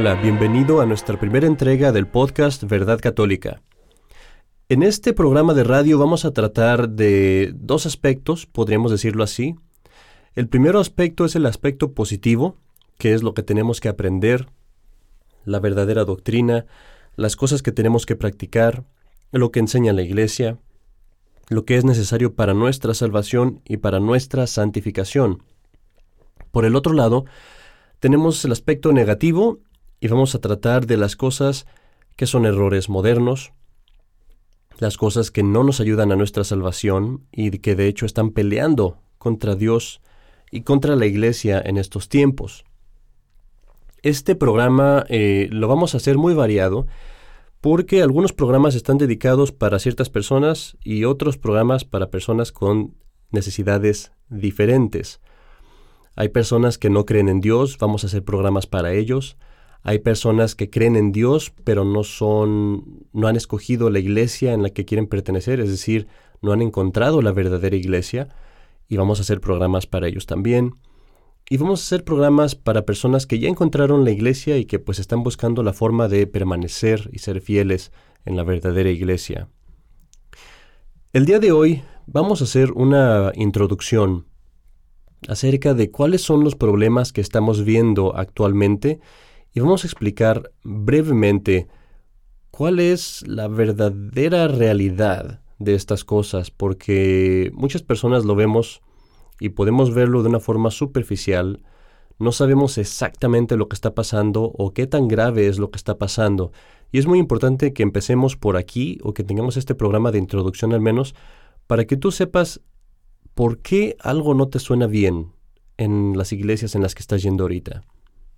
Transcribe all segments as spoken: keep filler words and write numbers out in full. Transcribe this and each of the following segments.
Hola, bienvenido a nuestra primera entrega del podcast Verdad Católica. En este programa de radio vamos a tratar de dos aspectos, podríamos decirlo así. El primer aspecto es el aspecto positivo, que es lo que tenemos que aprender, la verdadera doctrina, las cosas que tenemos que practicar, lo que enseña la Iglesia, lo que es necesario para nuestra salvación y para nuestra santificación. Por el otro lado, tenemos el aspecto negativo y vamos a tratar de las cosas que son errores modernos, las cosas que no nos ayudan a nuestra salvación y que de hecho están peleando contra Dios y contra la Iglesia en estos tiempos. Este programa eh, lo vamos a hacer muy variado porque algunos programas están dedicados para ciertas personas y otros programas para personas con necesidades diferentes. Hay personas que no creen en Dios, vamos a hacer programas para ellos. Hay personas que creen en Dios, pero no son, no han escogido la iglesia en la que quieren pertenecer, es decir, no han encontrado la verdadera iglesia, y vamos a hacer programas para ellos también. Y vamos a hacer programas para personas que ya encontraron la iglesia y que pues están buscando la forma de permanecer y ser fieles en la verdadera iglesia. El día de hoy vamos a hacer una introducción acerca de cuáles son los problemas que estamos viendo actualmente y vamos a explicar brevemente cuál es la verdadera realidad de estas cosas, porque muchas personas lo vemos y podemos verlo de una forma superficial, no sabemos exactamente lo que está pasando o qué tan grave es lo que está pasando, y es muy importante que empecemos por aquí o que tengamos este programa de introducción al menos, para que tú sepas por qué algo no te suena bien en las iglesias en las que estás yendo ahorita.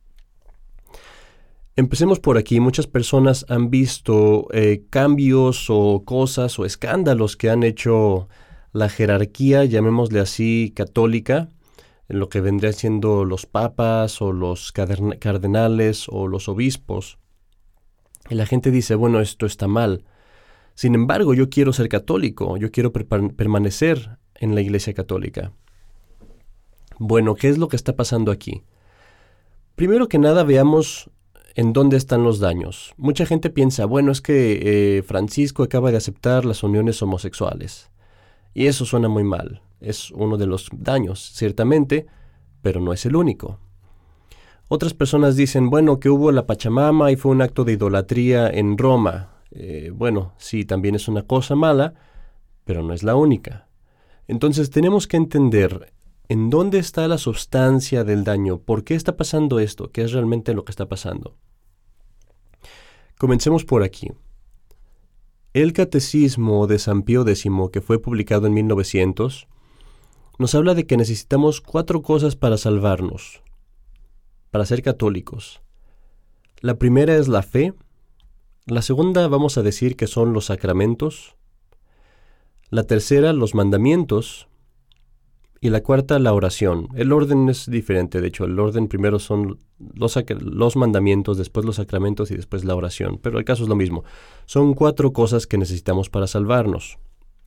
Empecemos por aquí. Muchas personas han visto eh, cambios o cosas o escándalos que han hecho la jerarquía, llamémosle así, católica, en lo que vendría siendo los papas o los cardenales o los obispos. Y la gente dice, bueno, esto está mal. Sin embargo, yo quiero ser católico, yo quiero per- permanecer en la Iglesia Católica. Bueno, ¿qué es lo que está pasando aquí? Primero que nada, veamos en dónde están los daños. Mucha gente piensa, bueno, es que eh, Francisco acaba de aceptar las uniones homosexuales. Y eso suena muy mal. Es uno de los daños, ciertamente, pero no es el único. Otras personas dicen, bueno, que hubo la Pachamama y fue un acto de idolatría en Roma. Eh, bueno, sí, también es una cosa mala, pero no es la única. Entonces tenemos que entender en dónde está la sustancia del daño, por qué está pasando esto, qué es realmente lo que está pasando. Comencemos por aquí. El Catecismo de San Pío X, que fue publicado en mil novecientos, nos habla de que necesitamos cuatro cosas para salvarnos, para ser católicos. La primera es la fe, la segunda vamos a decir que son los sacramentos, la tercera los mandamientos, y la cuarta, la oración. El orden es diferente, de hecho, el orden primero son los, sac- los mandamientos, después los sacramentos y después la oración, pero el caso es lo mismo. Son cuatro cosas que necesitamos para salvarnos.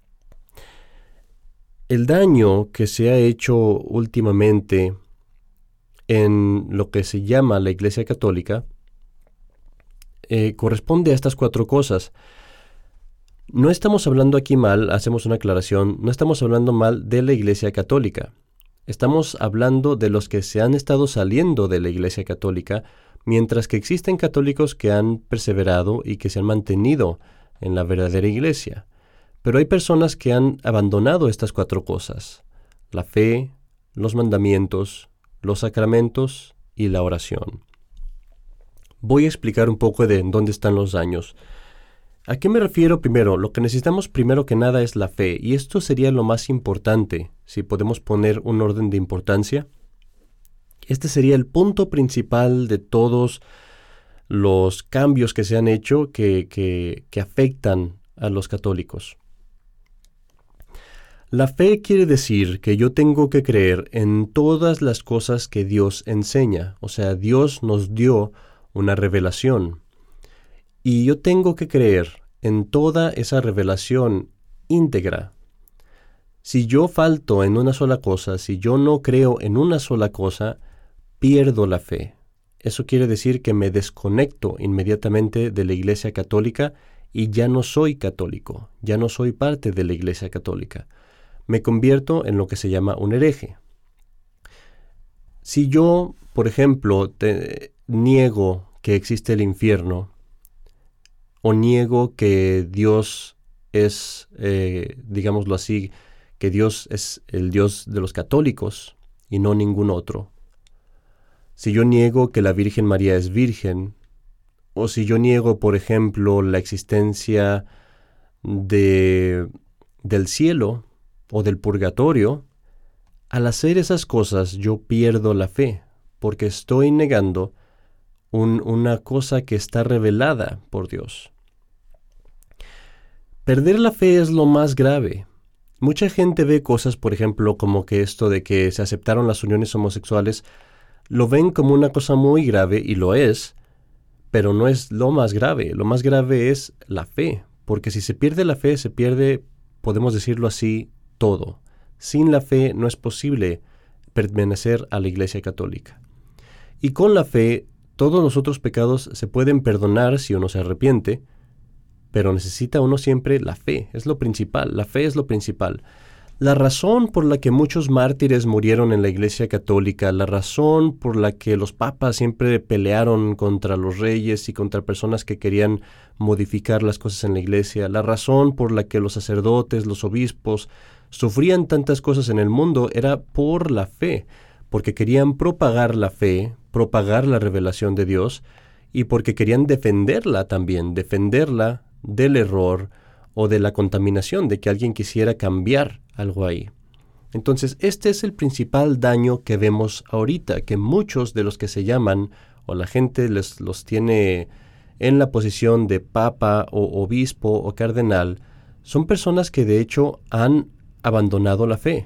El daño que se ha hecho últimamente en lo que se llama la Iglesia Católica eh, corresponde a estas cuatro cosas. No estamos hablando aquí mal, hacemos una aclaración, no estamos hablando mal de la Iglesia Católica. Estamos hablando de los que se han estado saliendo de la Iglesia Católica, mientras que existen católicos que han perseverado y que se han mantenido en la verdadera Iglesia. Pero hay personas que han abandonado estas cuatro cosas: la fe, los mandamientos, los sacramentos y la oración. Voy a explicar un poco de dónde están los daños. ¿A qué me refiero primero? Lo que necesitamos primero que nada es la fe, y esto sería lo más importante, si podemos poner un orden de importancia. Este sería el punto principal de todos los cambios que se han hecho que, que, que afectan a los católicos. La fe quiere decir que yo tengo que creer en todas las cosas que Dios enseña, o sea, Dios nos dio una revelación. Y yo tengo que creer en toda esa revelación íntegra. Si yo falto en una sola cosa, si yo no creo en una sola cosa, pierdo la fe. eso quiere decir que me desconecto inmediatamente de la Iglesia Católica y ya no soy católico, ya no soy parte de la Iglesia Católica. Me convierto en lo que se llama un hereje. Si yo, por ejemplo, te, niego que existe el infierno, o niego que Dios es, eh, digámoslo así, que Dios es el Dios de los católicos y no ningún otro. Si yo niego que la Virgen María es virgen, o si yo niego, por ejemplo, la existencia de, del cielo o del purgatorio, al hacer esas cosas yo pierdo la fe, porque estoy negando un, una cosa que está revelada por Dios. Perder la fe es lo más grave. Mucha gente ve cosas, por ejemplo, como que esto de que se aceptaron las uniones homosexuales, lo ven como una cosa muy grave, y lo es, pero no es lo más grave. Lo más grave es la fe, porque si se pierde la fe, se pierde, podemos decirlo así, todo. Sin la fe no es posible pertenecer a la Iglesia Católica. Y con la fe, todos los otros pecados se pueden perdonar si uno se arrepiente, pero necesita uno siempre la fe, es lo principal, la fe es lo principal. La razón por la que muchos mártires murieron en la Iglesia Católica, la razón por la que los papas siempre pelearon contra los reyes y contra personas que querían modificar las cosas en la Iglesia, la razón por la que los sacerdotes, los obispos, sufrían tantas cosas en el mundo era por la fe, porque querían propagar la fe, propagar la revelación de Dios, y porque querían defenderla también, defenderla del error o de la contaminación, de que alguien quisiera cambiar algo ahí. Entonces, este es el principal daño que vemos ahorita, que muchos de los que se llaman, o la gente les, los tiene en la posición de papa o obispo o cardenal, son personas que de hecho han abandonado la fe.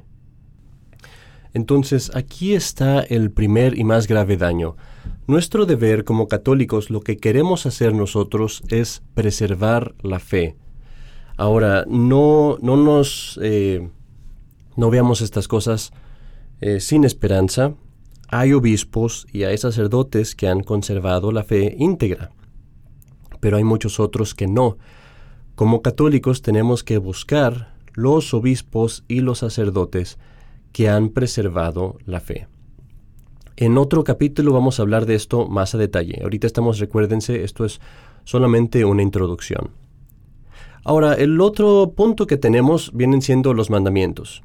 Entonces, aquí está el primer y más grave daño. Nuestro deber como católicos, lo que queremos hacer nosotros es preservar la fe. Ahora, no, no nos eh, no veamos estas cosas eh, sin esperanza. Hay obispos y hay sacerdotes que han conservado la fe íntegra, pero hay muchos otros que no. Como católicos tenemos que buscar los obispos y los sacerdotes que han preservado la fe. En otro capítulo vamos a hablar de esto más a detalle. Ahorita estamos, recuérdense, esto es solamente una introducción. Ahora, el otro punto que tenemos vienen siendo los mandamientos.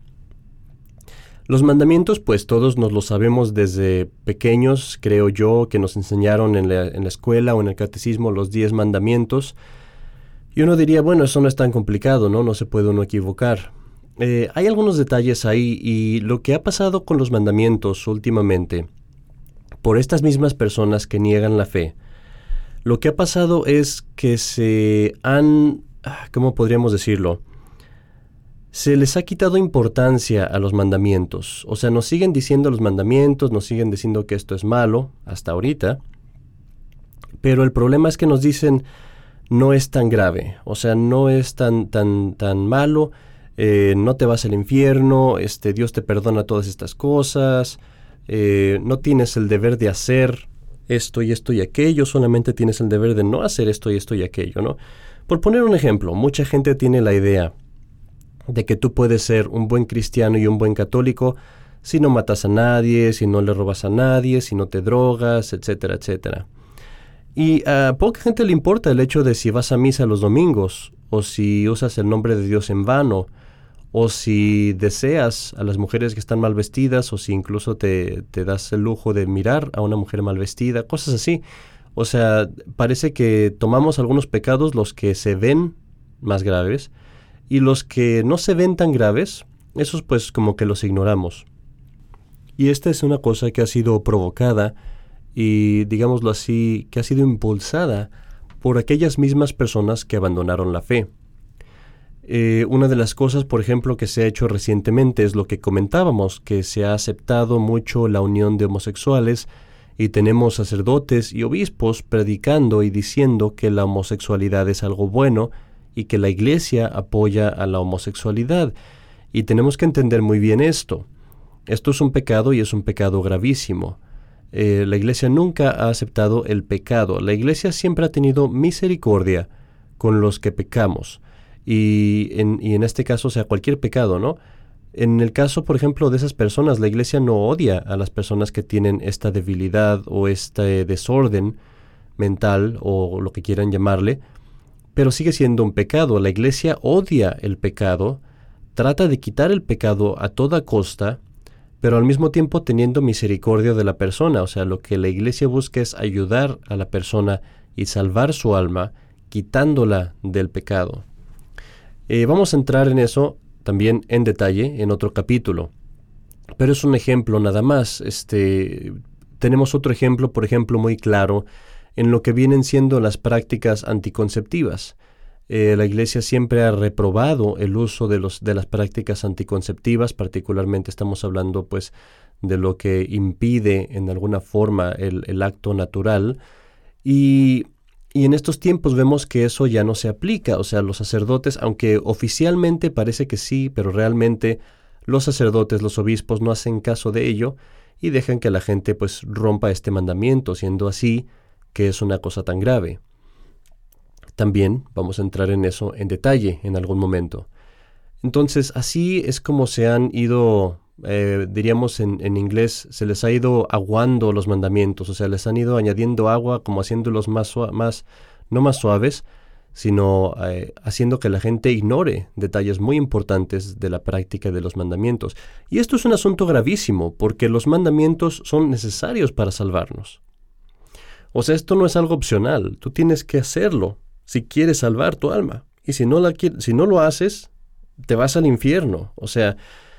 Los mandamientos, pues todos nos los sabemos desde pequeños, creo yo, que nos enseñaron en la, en la escuela o en el catecismo los diez mandamientos. Y uno diría, bueno, eso no es tan complicado, ¿no? No se puede uno equivocar. Eh, hay algunos detalles ahí, y lo que ha pasado con los mandamientos últimamente, por estas mismas personas que niegan la fe, lo que ha pasado es que se han, ¿cómo podríamos decirlo? Se les ha quitado importancia a los mandamientos. O sea, nos siguen diciendo los mandamientos, nos siguen diciendo que esto es malo, hasta ahorita, pero el problema es que nos dicen, no es tan grave, o sea, no es tan, tan, tan malo, eh, no te vas al infierno, este, Dios te perdona todas estas cosas, eh, no tienes el deber de hacer esto y esto y aquello, solamente tienes el deber de no hacer esto y esto y aquello, ¿no? Por poner un ejemplo, mucha gente tiene la idea de que tú puedes ser un buen cristiano y un buen católico si no matas a nadie, si no le robas a nadie, si no te drogas, etcétera, etcétera. Y a poca gente le importa el hecho de si vas a misa los domingos, o si usas el nombre de Dios en vano, o si deseas a las mujeres que están mal vestidas, o si incluso te, te das el lujo de mirar a una mujer mal vestida, cosas así. O sea, parece que tomamos algunos pecados, los que se ven más graves, y los que no se ven tan graves, esos pues como que los ignoramos. Y esta es una cosa que ha sido provocada y, digámoslo así, que ha sido impulsada por aquellas mismas personas que abandonaron la fe. Eh, una de las cosas, por ejemplo, que se ha hecho recientemente es lo que comentábamos, que se ha aceptado mucho la unión de homosexuales y tenemos sacerdotes y obispos predicando y diciendo que la homosexualidad es algo bueno y que la Iglesia apoya a la homosexualidad. Y tenemos que entender muy bien esto. Esto es un pecado y es un pecado gravísimo. Eh, la Iglesia nunca ha aceptado el pecado. La Iglesia siempre ha tenido misericordia con los que pecamos. Y en, y en este caso, o sea, cualquier pecado, ¿no? En el caso, por ejemplo, de esas personas, la Iglesia no odia a las personas que tienen esta debilidad o este desorden mental o lo que quieran llamarle, pero sigue siendo un pecado. La Iglesia odia el pecado, trata de quitar el pecado a toda costa, pero al mismo tiempo teniendo misericordia de la persona. O sea, lo que la Iglesia busca es ayudar a la persona y salvar su alma, quitándola del pecado. Eh, vamos a entrar en eso también en detalle en otro capítulo, pero es un ejemplo nada más. Este, tenemos otro ejemplo, por ejemplo, muy claro en lo que vienen siendo las prácticas anticonceptivas. Eh, la Iglesia siempre ha reprobado el uso de, los, de las prácticas anticonceptivas, particularmente estamos hablando pues de lo que impide en alguna forma el, el acto natural, y, y en estos tiempos vemos que eso ya no se aplica. O sea, los sacerdotes, aunque oficialmente parece que sí, pero realmente los sacerdotes, los obispos no hacen caso de ello y dejan que la gente pues rompa este mandamiento, siendo así que es una cosa tan grave. También vamos a entrar en eso en detalle en algún momento. Entonces, así es como se han ido, eh, diríamos en, en inglés, se les ha ido aguando los mandamientos, o sea, les han ido añadiendo agua, como haciéndolos más, más no más suaves, sino eh, haciendo que la gente ignore detalles muy importantes de la práctica de los mandamientos. Y esto es un asunto gravísimo, porque los mandamientos son necesarios para salvarnos. O sea, esto no es algo opcional, tú tienes que hacerlo si quieres salvar tu alma. Y si no, la, si no lo haces, te vas al infierno. O sea,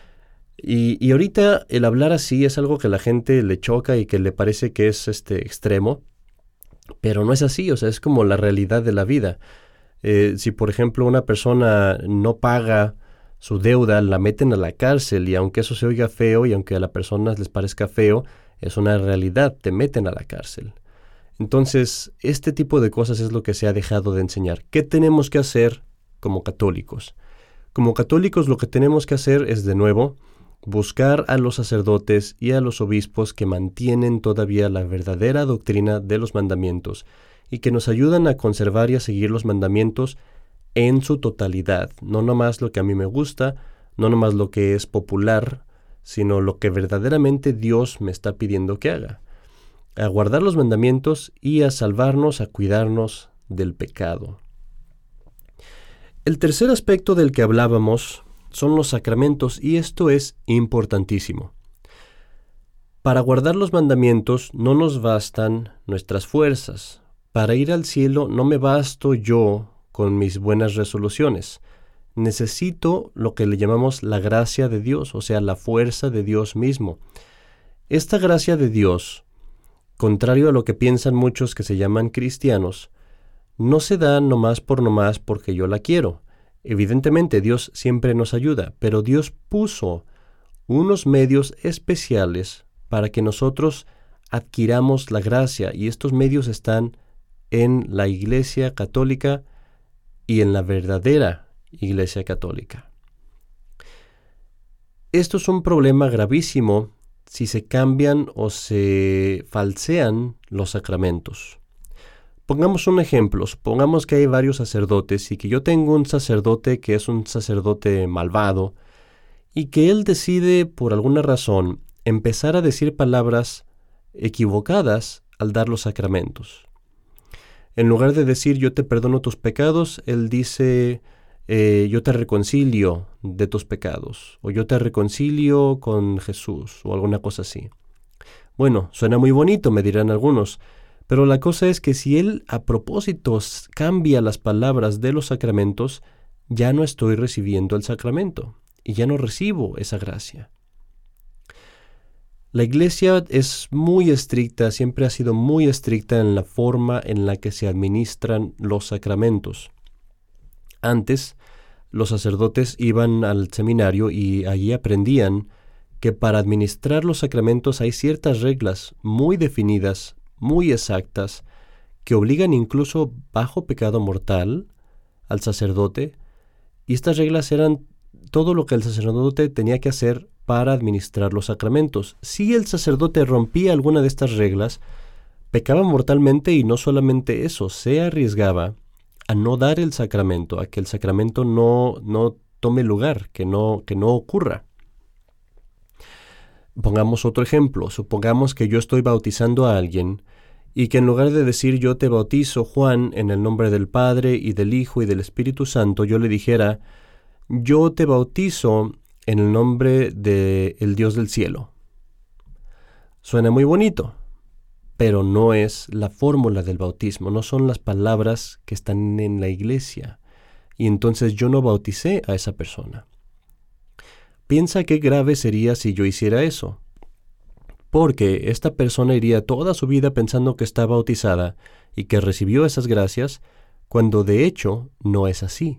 y, y ahorita el hablar así es algo que a la gente le choca y que le parece que es este extremo, pero no es así. O sea, es como la realidad de la vida. Eh, si, por ejemplo, una persona no paga su deuda, la meten a la cárcel, y aunque eso se oiga feo y aunque a las personas les parezca feo, es una realidad, te meten a la cárcel. Entonces, este tipo de cosas es lo que se ha dejado de enseñar. ¿Qué tenemos que hacer como católicos? Como católicos lo que tenemos que hacer es, de nuevo, buscar a los sacerdotes y a los obispos que mantienen todavía la verdadera doctrina de los mandamientos y que nos ayudan a conservar y a seguir los mandamientos en su totalidad. No nomás lo que a mí me gusta, no nomás lo que es popular, sino lo que verdaderamente Dios me está pidiendo que haga. A guardar los mandamientos y a salvarnos, a cuidarnos del pecado. El tercer aspecto del que hablábamos son los sacramentos, y esto es importantísimo. Para guardar los mandamientos no nos bastan nuestras fuerzas. Para ir al cielo no me basto yo con mis buenas resoluciones. Necesito lo que le llamamos la gracia de Dios, o sea, la fuerza de Dios mismo. Esta gracia de Dios, contrario a lo que piensan muchos que se llaman cristianos, no se da nomás por nomás porque yo la quiero. Evidentemente Dios siempre nos ayuda, pero Dios puso unos medios especiales para que nosotros adquiramos la gracia, y estos medios están en la Iglesia Católica y en la verdadera Iglesia Católica. Esto es un problema gravísimo si se cambian o se falsean los sacramentos. Pongamos un ejemplo. Supongamos que hay varios sacerdotes y que yo tengo un sacerdote que es un sacerdote malvado y que él decide, por alguna razón, empezar a decir palabras equivocadas al dar los sacramentos. En lugar de decir yo te perdono tus pecados, él dice eh, yo te reconcilio de tus pecados, o yo te reconcilio con Jesús, o alguna cosa así. Bueno, suena muy bonito, me dirán algunos, pero la cosa es que si él a propósito cambia las palabras de los sacramentos, ya no estoy recibiendo el sacramento y ya no recibo esa gracia. La Iglesia es muy estricta, siempre ha sido muy estricta en la forma en la que se administran los sacramentos. Antes, los sacerdotes iban al seminario y allí aprendían que para administrar los sacramentos hay ciertas reglas muy definidas, muy exactas, que obligan incluso bajo pecado mortal al sacerdote, y estas reglas eran todo lo que el sacerdote tenía que hacer para administrar los sacramentos. Si el sacerdote rompía alguna de estas reglas, pecaba mortalmente, y no solamente eso, se arriesgaba a no dar el sacramento, a que el sacramento no, no tome lugar, que no, que no ocurra. Pongamos otro ejemplo. Supongamos que yo estoy bautizando a alguien y que en lugar de decir yo te bautizo, Juan, en el nombre del Padre y del Hijo y del Espíritu Santo, yo le dijera yo te bautizo en el nombre del Dios del cielo. Suena muy bonito, pero no es la fórmula del bautismo, no son las palabras que están en la iglesia. Y entonces yo no bauticé a esa persona. Piensa qué grave sería si yo hiciera eso, porque esta persona iría toda su vida pensando que está bautizada y que recibió esas gracias, cuando de hecho no es así.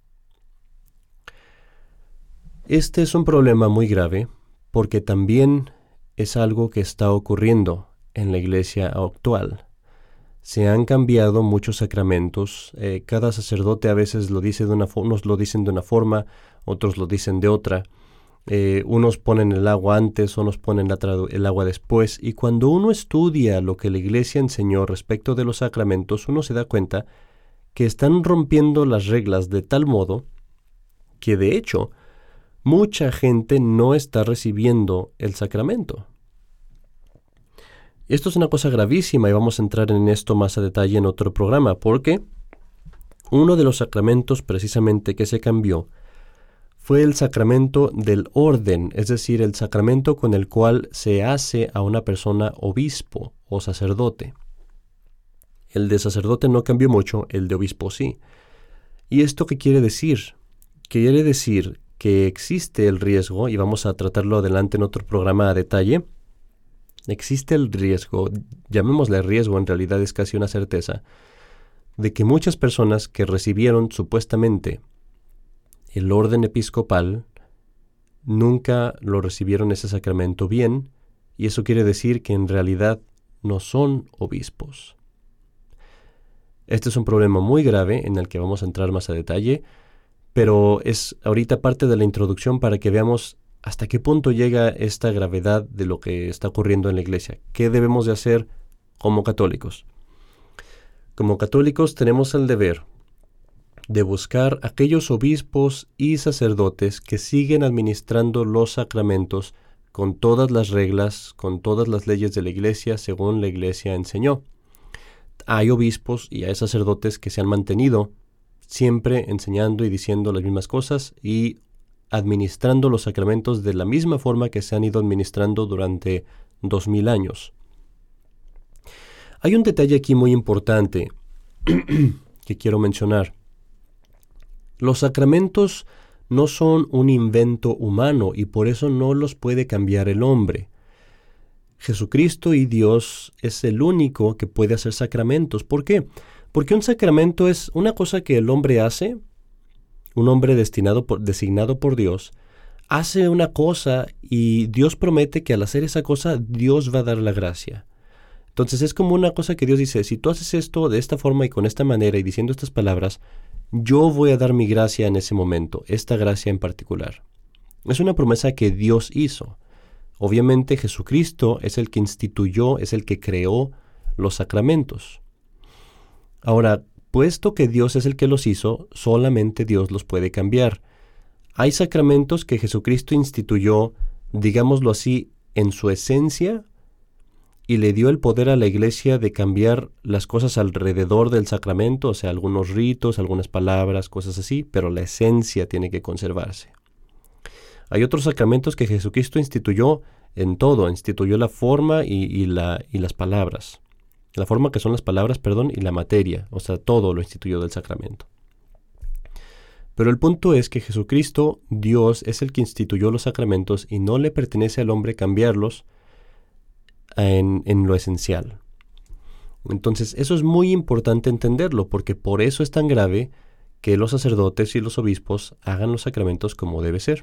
Este es un problema muy grave, porque también es algo que está ocurriendo en la iglesia actual. Se han cambiado muchos sacramentos. Eh, cada sacerdote a veces lo dice de una forma, unos lo dicen de una forma, otros lo dicen de otra. Eh, unos ponen el agua antes, unos ponen la tradu- el agua después. Y cuando uno estudia lo que la iglesia enseñó respecto de los sacramentos, uno se da cuenta que están rompiendo las reglas de tal modo que de hecho mucha gente no está recibiendo el sacramento. Esto es una cosa gravísima y vamos a entrar en esto más a detalle en otro programa, porque uno de los sacramentos precisamente que se cambió fue el sacramento del orden, es decir, el sacramento con el cual se hace a una persona obispo o sacerdote. El de sacerdote no cambió mucho, el de obispo sí. ¿Y esto qué quiere decir? Quiere decir que existe el riesgo, y vamos a tratarlo adelante en otro programa a detalle. Existe el riesgo, llamémosle riesgo, en realidad es casi una certeza, de que muchas personas que recibieron supuestamente el orden episcopal nunca lo recibieron ese sacramento bien, y eso quiere decir que en realidad no son obispos. Este es un problema muy grave en el que vamos a entrar más a detalle, pero es ahorita parte de la introducción para que veamos hasta qué punto llega esta gravedad de lo que está ocurriendo en la iglesia. ¿Qué debemos de hacer como católicos? Como católicos tenemos el deber de buscar aquellos obispos y sacerdotes que siguen administrando los sacramentos con todas las reglas, con todas las leyes de la iglesia, según la iglesia enseñó. Hay obispos y hay sacerdotes que se han mantenido siempre enseñando y diciendo las mismas cosas y administrando los sacramentos de la misma forma que se han ido administrando durante dos mil años. Hay un detalle aquí muy importante que quiero mencionar. Los sacramentos no son un invento humano y por eso no los puede cambiar el hombre. Jesucristo y Dios es el único que puede hacer sacramentos. ¿Por qué? Porque un sacramento es una cosa que el hombre hace, un hombre destinado por, designado por Dios, hace una cosa y Dios promete que al hacer esa cosa Dios va a dar la gracia. Entonces es como una cosa que Dios dice, si tú haces esto de esta forma y con esta manera y diciendo estas palabras, yo voy a dar mi gracia en ese momento, esta gracia en particular. Es una promesa que Dios hizo. Obviamente Jesucristo es el que instituyó, es el que creó los sacramentos. Ahora, puesto que Dios es el que los hizo, solamente Dios los puede cambiar. Hay sacramentos que Jesucristo instituyó, digámoslo así, en su esencia, y le dio el poder a la iglesia de cambiar las cosas alrededor del sacramento, o sea, algunos ritos, algunas palabras, cosas así, pero la esencia tiene que conservarse. Hay otros sacramentos que Jesucristo instituyó en todo, instituyó la forma y, y, la, y las palabras. La forma que son las palabras, perdón, y la materia, o sea, todo lo instituyó del sacramento. Pero el punto es que Jesucristo, Dios, es el que instituyó los sacramentos y no le pertenece al hombre cambiarlos en, en lo esencial. Entonces, eso es muy importante entenderlo, porque por eso es tan grave que los sacerdotes y los obispos hagan los sacramentos como debe ser.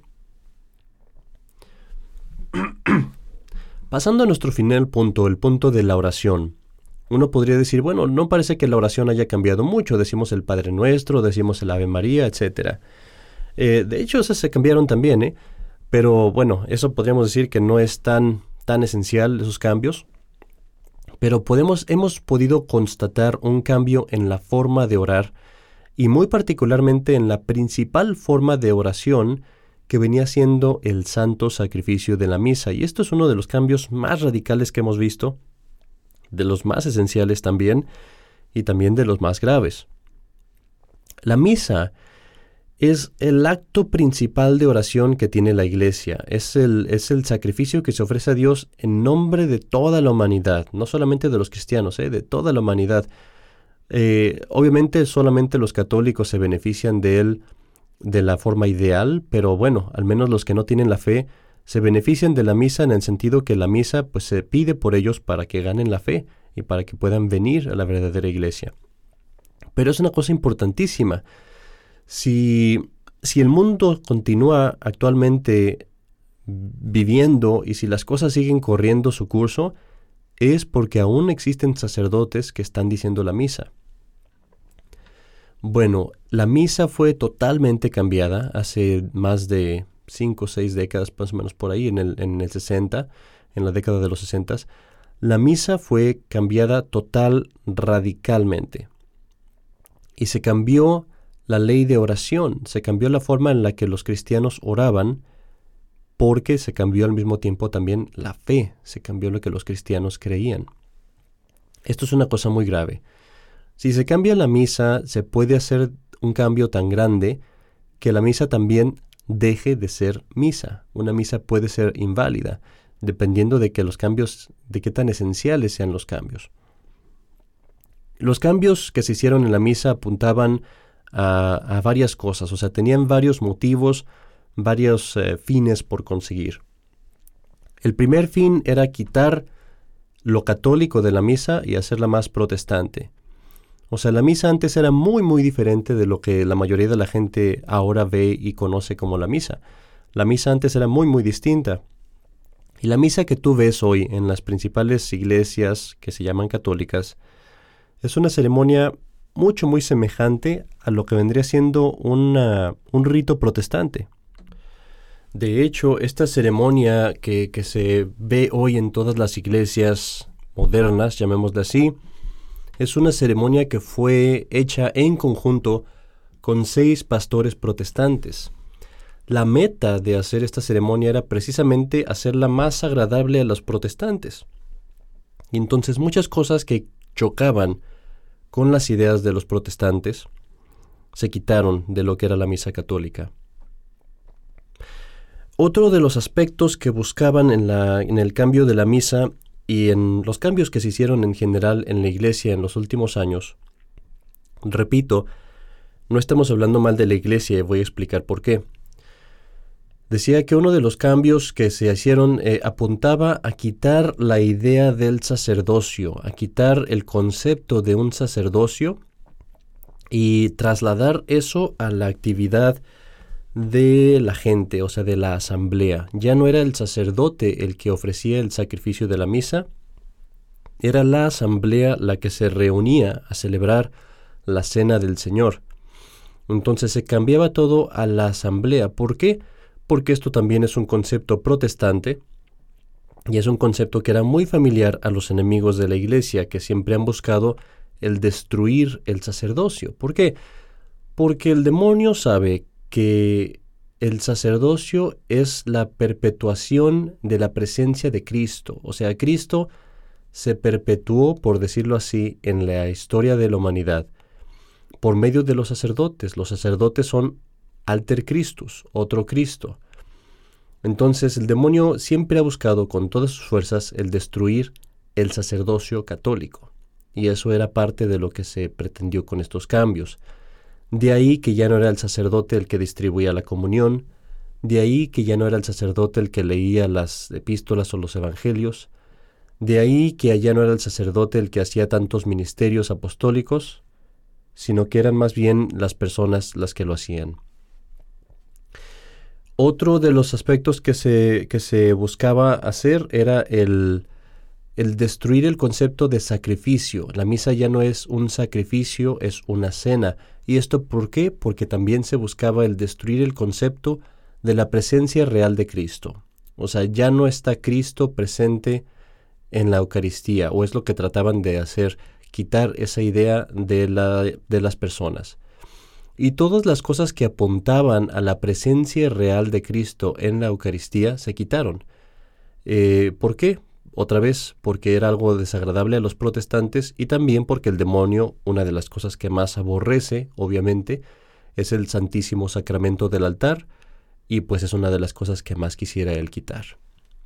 Pasando a nuestro final punto, el punto de la oración. Uno podría decir, bueno, no parece que la oración haya cambiado mucho. Decimos el Padre Nuestro, decimos el Ave María, etcétera. Eh, de hecho, esas se cambiaron también, ¿eh? Pero bueno, eso podríamos decir que no es tan, tan esencial, esos cambios. Pero podemos, hemos podido constatar un cambio en la forma de orar y muy particularmente en la principal forma de oración que venía siendo el santo sacrificio de la misa. Y esto es uno de los cambios más radicales que hemos visto, de los más esenciales también, y también de los más graves. La misa es el acto principal de oración que tiene la Iglesia. Es el, es el sacrificio que se ofrece a Dios en nombre de toda la humanidad, no solamente de los cristianos, ¿eh? de toda la humanidad. Eh, obviamente solamente los católicos se benefician de él de la forma ideal, pero bueno, al menos los que no tienen la fe se benefician de la misa en el sentido que la misa pues se pide por ellos para que ganen la fe y para que puedan venir a la verdadera Iglesia. Pero es una cosa importantísima. Si, si el mundo continúa actualmente viviendo y si las cosas siguen corriendo su curso, es porque aún existen sacerdotes que están diciendo la misa. Bueno, la misa fue totalmente cambiada hace más de cinco o seis décadas, más o menos por ahí, en el, en el sesenta, en la década de los sesentas. La misa fue cambiada total, radicalmente. Y se cambió la ley de oración, se cambió la forma en la que los cristianos oraban, porque se cambió al mismo tiempo también la fe, se cambió lo que los cristianos creían. Esto es una cosa muy grave. Si se cambia la misa, se puede hacer un cambio tan grande que la misa también deje de ser misa. Una misa puede ser inválida, dependiendo de que los cambios, de qué tan esenciales sean los cambios. Los cambios que se hicieron en la misa apuntaban a, a varias cosas, o sea, tenían varios motivos, varios eh, fines por conseguir. El primer fin era quitar lo católico de la misa y hacerla más protestante. O sea, la misa antes era muy, muy diferente de lo que la mayoría de la gente ahora ve y conoce como la misa. La misa antes era muy, muy distinta. Y la misa que tú ves hoy en las principales iglesias que se llaman católicas es una ceremonia mucho, muy semejante a lo que vendría siendo una, un rito protestante. De hecho, esta ceremonia que, que se ve hoy en todas las iglesias modernas, llamémosle así, es una ceremonia que fue hecha en conjunto con seis pastores protestantes. La meta de hacer esta ceremonia era precisamente hacerla más agradable a los protestantes. Y entonces muchas cosas que chocaban con las ideas de los protestantes se quitaron de lo que era la misa católica. Otro de los aspectos que buscaban en, la, en el cambio de la misa y en los cambios que se hicieron en general en la Iglesia en los últimos años, repito, no estamos hablando mal de la Iglesia y voy a explicar por qué. Decía que uno de los cambios que se hicieron eh, apuntaba a quitar la idea del sacerdocio, a quitar el concepto de un sacerdocio y trasladar eso a la actividad de la gente, o sea, de la asamblea. Ya no era el sacerdote el que ofrecía el sacrificio de la misa, era la asamblea la que se reunía a celebrar la cena del Señor. Entonces se cambiaba todo a la asamblea. ¿Por qué? Porque esto también es un concepto protestante y es un concepto que era muy familiar a los enemigos de la Iglesia, que siempre han buscado el destruir el sacerdocio. ¿Por qué? Porque el demonio sabe que el sacerdocio es la perpetuación de la presencia de Cristo. O sea, Cristo se perpetuó, por decirlo así, en la historia de la humanidad por medio de los sacerdotes. Los sacerdotes son alter Christus, otro Cristo. Entonces el demonio siempre ha buscado con todas sus fuerzas el destruir el sacerdocio católico. Y eso era parte de lo que se pretendió con estos cambios. De ahí que ya no era el sacerdote el que distribuía la comunión, de ahí que ya no era el sacerdote el que leía las epístolas o los evangelios, de ahí que ya no era el sacerdote el que hacía tantos ministerios apostólicos, sino que eran más bien las personas las que lo hacían. Otro de los aspectos que se, que se buscaba hacer era el, el destruir el concepto de sacrificio. La misa ya no es un sacrificio, es una cena. ¿Y esto por qué? Porque también se buscaba el destruir el concepto de la presencia real de Cristo. O sea, ya no está Cristo presente en la Eucaristía, o es lo que trataban de hacer, quitar esa idea de, la, de las personas. Y todas las cosas que apuntaban a la presencia real de Cristo en la Eucaristía se quitaron. Eh, ¿Por qué? Otra vez, porque era algo desagradable a los protestantes y también porque el demonio, una de las cosas que más aborrece, obviamente, es el Santísimo Sacramento del altar, y pues es una de las cosas que más quisiera él quitar.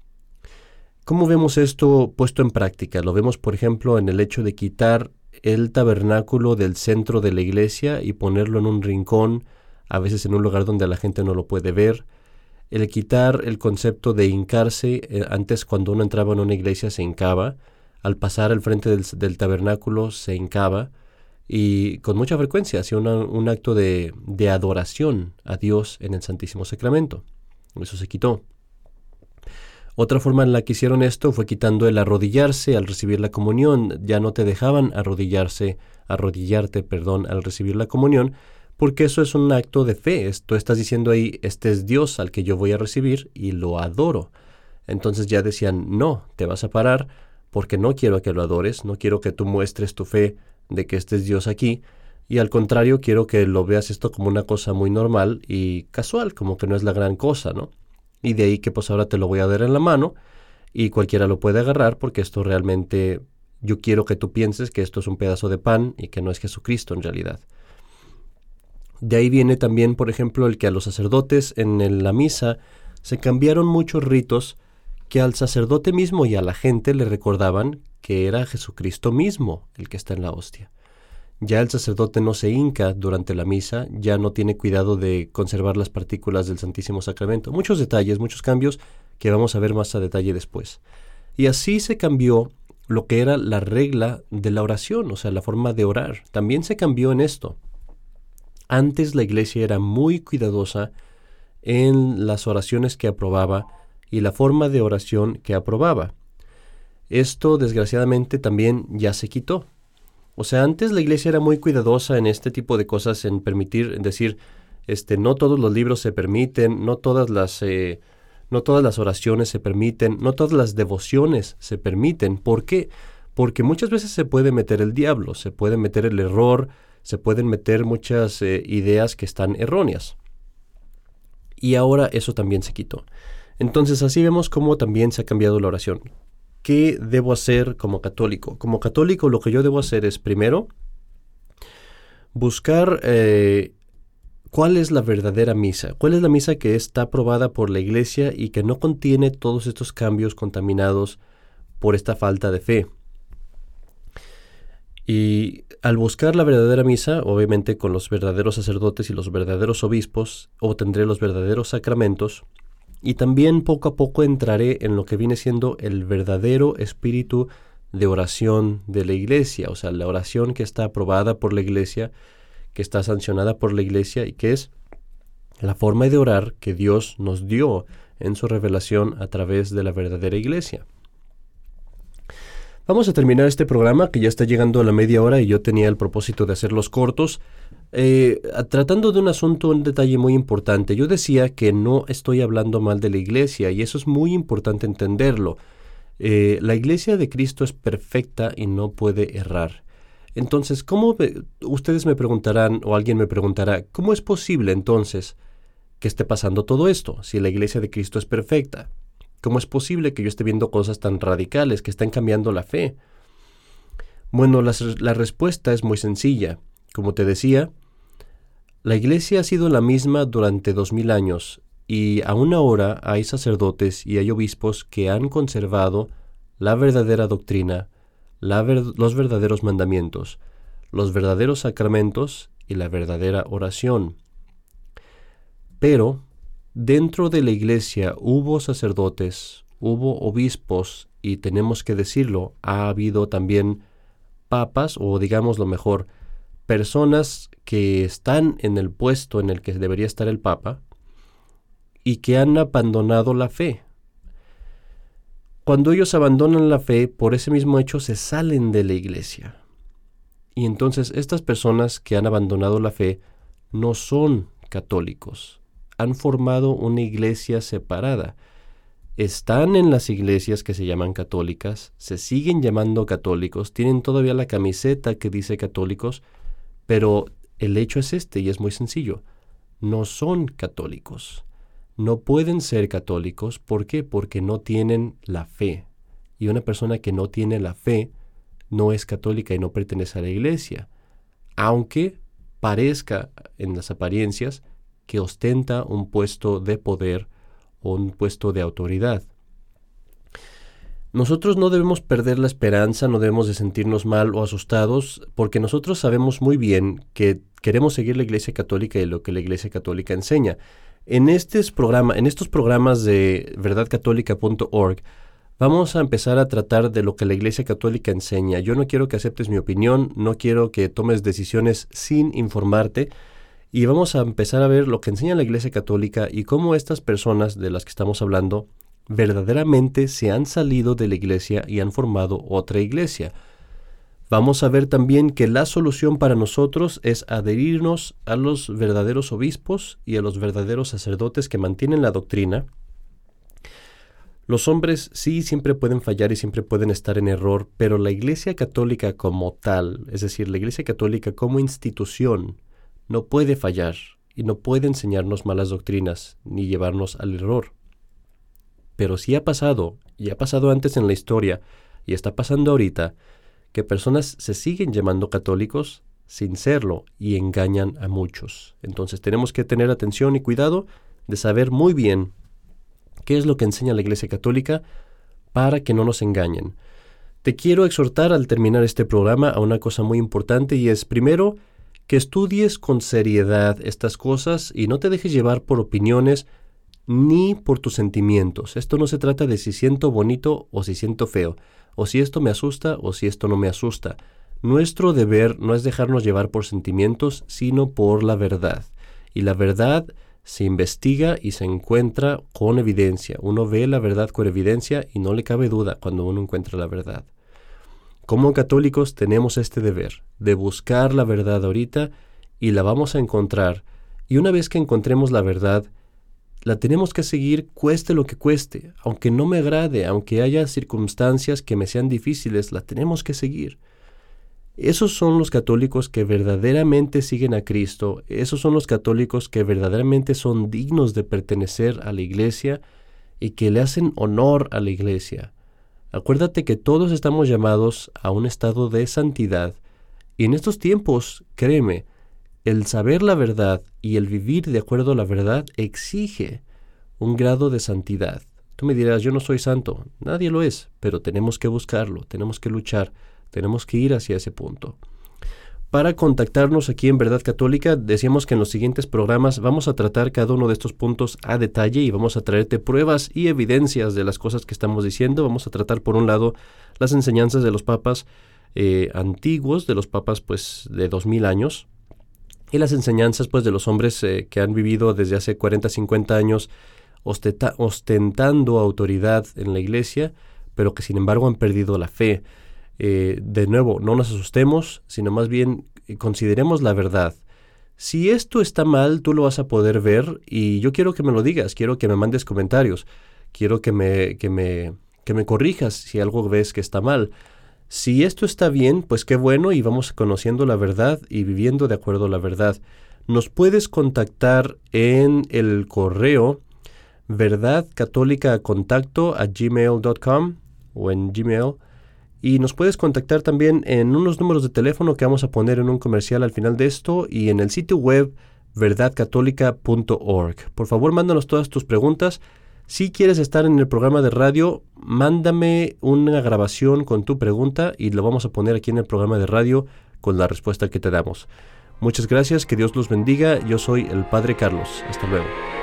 ¿Cómo vemos esto puesto en práctica? Lo vemos, por ejemplo, en el hecho de quitar el tabernáculo del centro de la iglesia y ponerlo en un rincón, a veces en un lugar donde la gente no lo puede ver. El quitar el concepto de hincarse, eh, antes cuando uno entraba en una iglesia se hincaba, al pasar al frente del, del tabernáculo se hincaba, y con mucha frecuencia hacía una, un acto de, de adoración a Dios en el Santísimo Sacramento. Eso se quitó. Otra forma en la que hicieron esto fue quitando el arrodillarse al recibir la comunión. Ya no te dejaban arrodillarse, arrodillarte, perdón, al recibir la comunión, porque eso es un acto de fe. Tú estás diciendo ahí, este es Dios al que yo voy a recibir y lo adoro. Entonces ya decían, no, te vas a parar porque no quiero que lo adores, no quiero que tú muestres tu fe de que este es Dios aquí, y al contrario, quiero que lo veas esto como una cosa muy normal y casual, como que no es la gran cosa, ¿no? Y de ahí que pues ahora te lo voy a dar en la mano y cualquiera lo puede agarrar porque esto realmente, yo quiero que tú pienses que esto es un pedazo de pan y que no es Jesucristo en realidad. De ahí viene también, por ejemplo, el que a los sacerdotes en el- la misa se cambiaron muchos ritos que al sacerdote mismo y a la gente le recordaban que era Jesucristo mismo el que está en la hostia. Ya el sacerdote no se hinca durante la misa, ya no tiene cuidado de conservar las partículas del Santísimo Sacramento. Muchos detalles, muchos cambios que vamos a ver más a detalle después. Y así se cambió lo que era la regla de la oración, o sea, la forma de orar. También se cambió en esto. Antes la iglesia era muy cuidadosa en las oraciones que aprobaba y la forma de oración que aprobaba. Esto, desgraciadamente, también ya se quitó. O sea, antes la iglesia era muy cuidadosa en este tipo de cosas, en permitir, en decir, este, no todos los libros se permiten, no todas las, eh, no todas las oraciones se permiten, no todas las devociones se permiten. ¿Por qué? Porque muchas veces se puede meter el diablo, se puede meter el error, se pueden meter muchas eh, ideas que están erróneas. Y ahora eso también se quitó. Entonces así vemos cómo también se ha cambiado la oración. ¿Qué debo hacer como católico? Como católico lo que yo debo hacer es, primero, buscar eh, cuál es la verdadera misa, cuál es la misa que está aprobada por la iglesia y que no contiene todos estos cambios contaminados por esta falta de fe. Y al buscar la verdadera misa, obviamente con los verdaderos sacerdotes y los verdaderos obispos, obtendré los verdaderos sacramentos. Y también poco a poco entraré en lo que viene siendo el verdadero espíritu de oración de la iglesia, o sea, la oración que está aprobada por la iglesia, que está sancionada por la iglesia y que es la forma de orar que Dios nos dio en su revelación a través de la verdadera iglesia. Vamos a terminar este programa que ya está llegando a la media hora y yo tenía el propósito de hacerlos cortos. Eh, tratando de un asunto, un detalle muy importante. Yo decía que no estoy hablando mal de la iglesia y eso es muy importante entenderlo. Eh, la iglesia de Cristo es perfecta y no puede errar. Entonces, ¿cómo ve? Ustedes me preguntarán o alguien me preguntará, ¿cómo es posible entonces que esté pasando todo esto si la iglesia de Cristo es perfecta? ¿Cómo es posible que yo esté viendo cosas tan radicales que están cambiando la fe? Bueno, la, la respuesta es muy sencilla. Como te decía, la iglesia ha sido la misma durante dos mil años y aún ahora hay sacerdotes y hay obispos que han conservado la verdadera doctrina, la ver, los verdaderos mandamientos, los verdaderos sacramentos y la verdadera oración. Pero dentro de la iglesia hubo sacerdotes, hubo obispos y tenemos que decirlo, ha habido también papas o digamos lo mejor, personas que están en el puesto en el que debería estar el Papa y que han abandonado la fe. Cuando ellos abandonan la fe, por ese mismo hecho se salen de la iglesia. Y entonces estas personas que han abandonado la fe no son católicos. han formado una iglesia separada. Están en las iglesias que se llaman católicas, se siguen llamando católicos, tienen todavía la camiseta que dice católicos, pero el hecho es este y es muy sencillo. No son católicos. No pueden ser católicos. ¿Por qué? Porque no tienen la fe. Y una persona que no tiene la fe no es católica y no pertenece a la iglesia, aunque parezca en las apariencias que ostenta un puesto de poder o un puesto de autoridad. Nosotros no debemos perder la esperanza, no debemos de sentirnos mal o asustados, porque nosotros sabemos muy bien que queremos seguir la Iglesia Católica y lo que la Iglesia Católica enseña. En, estos programa, en estos programas de verdad católica punto org vamos a empezar a tratar de lo que la Iglesia Católica enseña. Yo no quiero que aceptes mi opinión, no quiero que tomes decisiones sin informarte, y vamos a empezar a ver lo que enseña la Iglesia Católica y cómo estas personas de las que estamos hablando verdaderamente se han salido de la iglesia y han formado otra iglesia. Vamos a ver también que la solución para nosotros es adherirnos a los verdaderos obispos y a los verdaderos sacerdotes que mantienen la doctrina. Los hombres sí siempre pueden fallar y siempre pueden estar en error, pero la Iglesia Católica como tal, es decir, la Iglesia Católica como institución, no puede fallar y no puede enseñarnos malas doctrinas ni llevarnos al error. Pero sí ha pasado, y ha pasado antes en la historia, y está pasando ahorita, que personas se siguen llamando católicos sin serlo y engañan a muchos. Entonces tenemos que tener atención y cuidado de saber muy bien qué es lo que enseña la Iglesia Católica para que no nos engañen. Te quiero exhortar al terminar este programa a una cosa muy importante, y es primero que estudies con seriedad estas cosas y no te dejes llevar por opiniones ni por tus sentimientos. Esto no se trata de si siento bonito o si siento feo, o si esto me asusta o si esto no me asusta. Nuestro deber no es dejarnos llevar por sentimientos, sino por la verdad. Y la verdad se investiga y se encuentra con evidencia. Uno ve la verdad con evidencia y no le cabe duda cuando uno encuentra la verdad. Como católicos tenemos este deber de buscar la verdad ahorita y la vamos a encontrar. Y una vez que encontremos la verdad, la tenemos que seguir cueste lo que cueste, aunque no me agrade, aunque haya circunstancias que me sean difíciles, la tenemos que seguir. Esos son los católicos que verdaderamente siguen a Cristo, esos son los católicos que verdaderamente son dignos de pertenecer a la iglesia y que le hacen honor a la iglesia. Acuérdate que todos estamos llamados a un estado de santidad, y en estos tiempos, créeme, el saber la verdad y el vivir de acuerdo a la verdad exige un grado de santidad. Tú me dirás, yo no soy santo. Nadie lo es, pero tenemos que buscarlo, tenemos que luchar, tenemos que ir hacia ese punto. Para contactarnos aquí en Verdad Católica, decíamos que en los siguientes programas vamos a tratar cada uno de estos puntos a detalle y vamos a traerte pruebas y evidencias de las cosas que estamos diciendo. Vamos a tratar, por un lado, las enseñanzas de los papas eh, antiguos, de los papas pues de dos mil años, y las enseñanzas pues de los hombres eh, que han vivido desde hace cuarenta, cincuenta años ostenta, ostentando autoridad en la iglesia, pero que sin embargo han perdido la fe. Eh, de nuevo, no nos asustemos, sino más bien eh, consideremos la verdad. Si esto está mal, tú lo vas a poder ver, y yo quiero que me lo digas, quiero que me mandes comentarios, quiero que me, que me, que me corrijas si algo ves que está mal. Si esto está bien, pues qué bueno, y vamos conociendo la verdad y viviendo de acuerdo a la verdad. Nos puedes contactar en el correo verdadcatolicacontacto a gmail punto com o en Gmail, y nos puedes contactar también en unos números de teléfono que vamos a poner en un comercial al final de esto, y en el sitio web verdad católica punto org. Por favor, mándanos todas tus preguntas. Si quieres estar en el programa de radio, mándame una grabación con tu pregunta y lo vamos a poner aquí en el programa de radio con la respuesta que te damos. Muchas gracias, que Dios los bendiga. Yo soy el Padre Carlos. Hasta luego.